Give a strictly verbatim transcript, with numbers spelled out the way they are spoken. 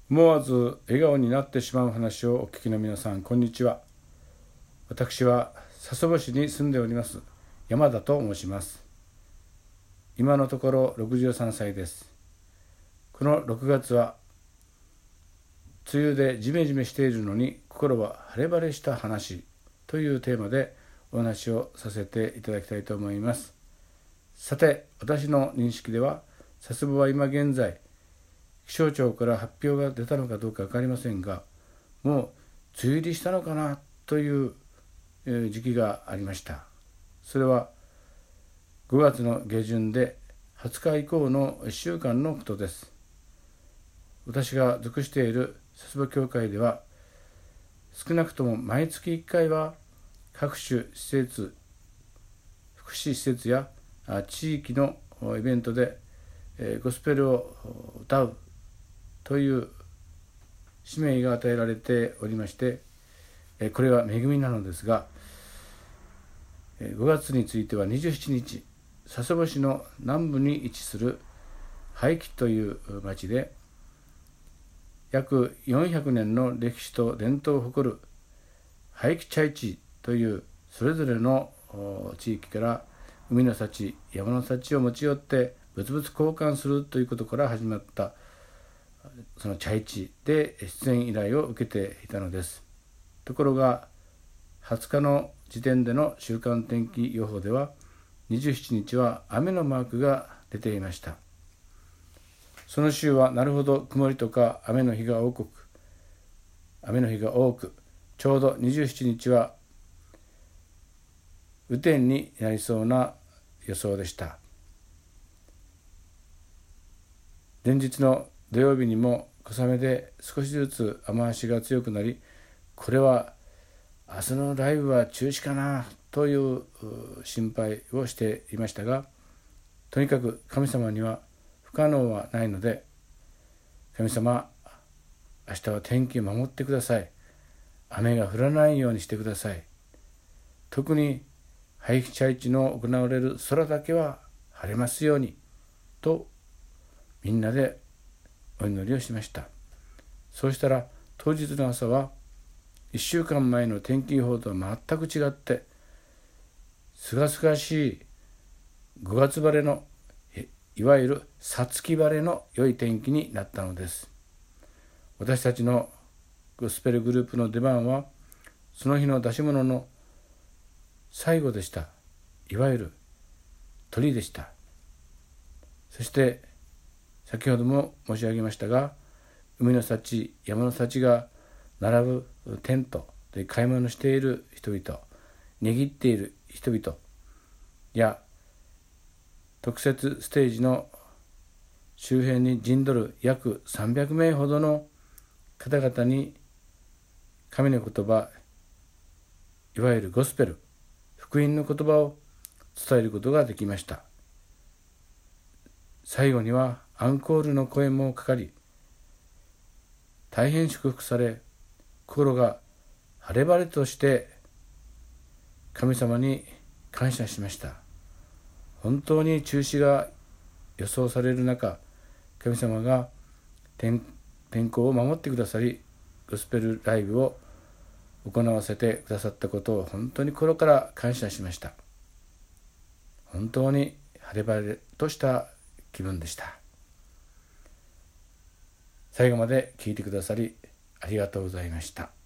思わず笑顔になってしまう話をお聞きの皆さん、こんにちは。私は佐世保市に住んでおります山田と申します。今のところろくじゅうさんさいです。このろくがつは梅雨でジメジメしているのに心は晴れ晴れした話というテーマでお話をさせていただきたいと思います。さて、私の認識では佐世保は今現在気象庁から発表が出たのかどうか分かりませんが、もう梅雨入りしたのかなという時期がありました。それはごがつの下旬ではつか以降のいっしゅうかんのことです。私が属している佐世保教会では、少なくとも毎月いっかいは各種施設、福祉施設や地域のイベントでゴスペルを歌うという使命が与えられておりまして、これは恵みなのですが、ごがつについてはにじゅうしちにち、佐世保市の南部に位置する廃棄という町で、約よんひゃくねんの歴史と伝統を誇る廃棄茶市というそれぞれの地域から海の幸、山の幸を持ち寄って物々交換するということから始まったその茶市で出演依頼を受けていたのです。ところがはつかの時点での週間天気予報ではにじゅうしちにちは雨のマークが出ていました。その週はなるほど曇りとか雨の日が多く雨の日が多くちょうどにじゅうしちにちは雨天になりそうな予想でした。前日の土曜日にも小雨で少しずつ雨足が強くなり、これは明日のライブは中止かなという心配をしていましたが、とにかく神様には不可能はないので、神様、明日は天気を守ってください。雨が降らないようにしてください。特に廃棄茶市の行われる空だけは晴れますようにとみんなでお祈りをしました。そうしたら当日の朝はいっしゅうかんまえの天気予報とは全く違って、すがすがしいごがつ晴れのいわゆるさつき晴れの良い天気になったのです。私たちのゴスペルグループの出番はその日の出し物の最後でした。いわゆる鳥でした。そして先ほども申し上げましたが、海の幸、山の幸が並ぶテントで買い物している人々、値切っている人々や特設ステージの周辺に陣取る約さんびゃくめいほどの方々に神の言葉、いわゆるゴスペル、福音の言葉を伝えることができました。最後にはアンコールの声もかかり、大変祝福され、心が晴れ晴れとして神様に感謝しました。本当に中止が予想される中、神様が 天, 天候を守ってくださり、ゴスペルライブを行わせてくださったことを本当に心から感謝しました。本当に晴れ晴れとした気分でした。最後まで聞いてくださりありがとうございました。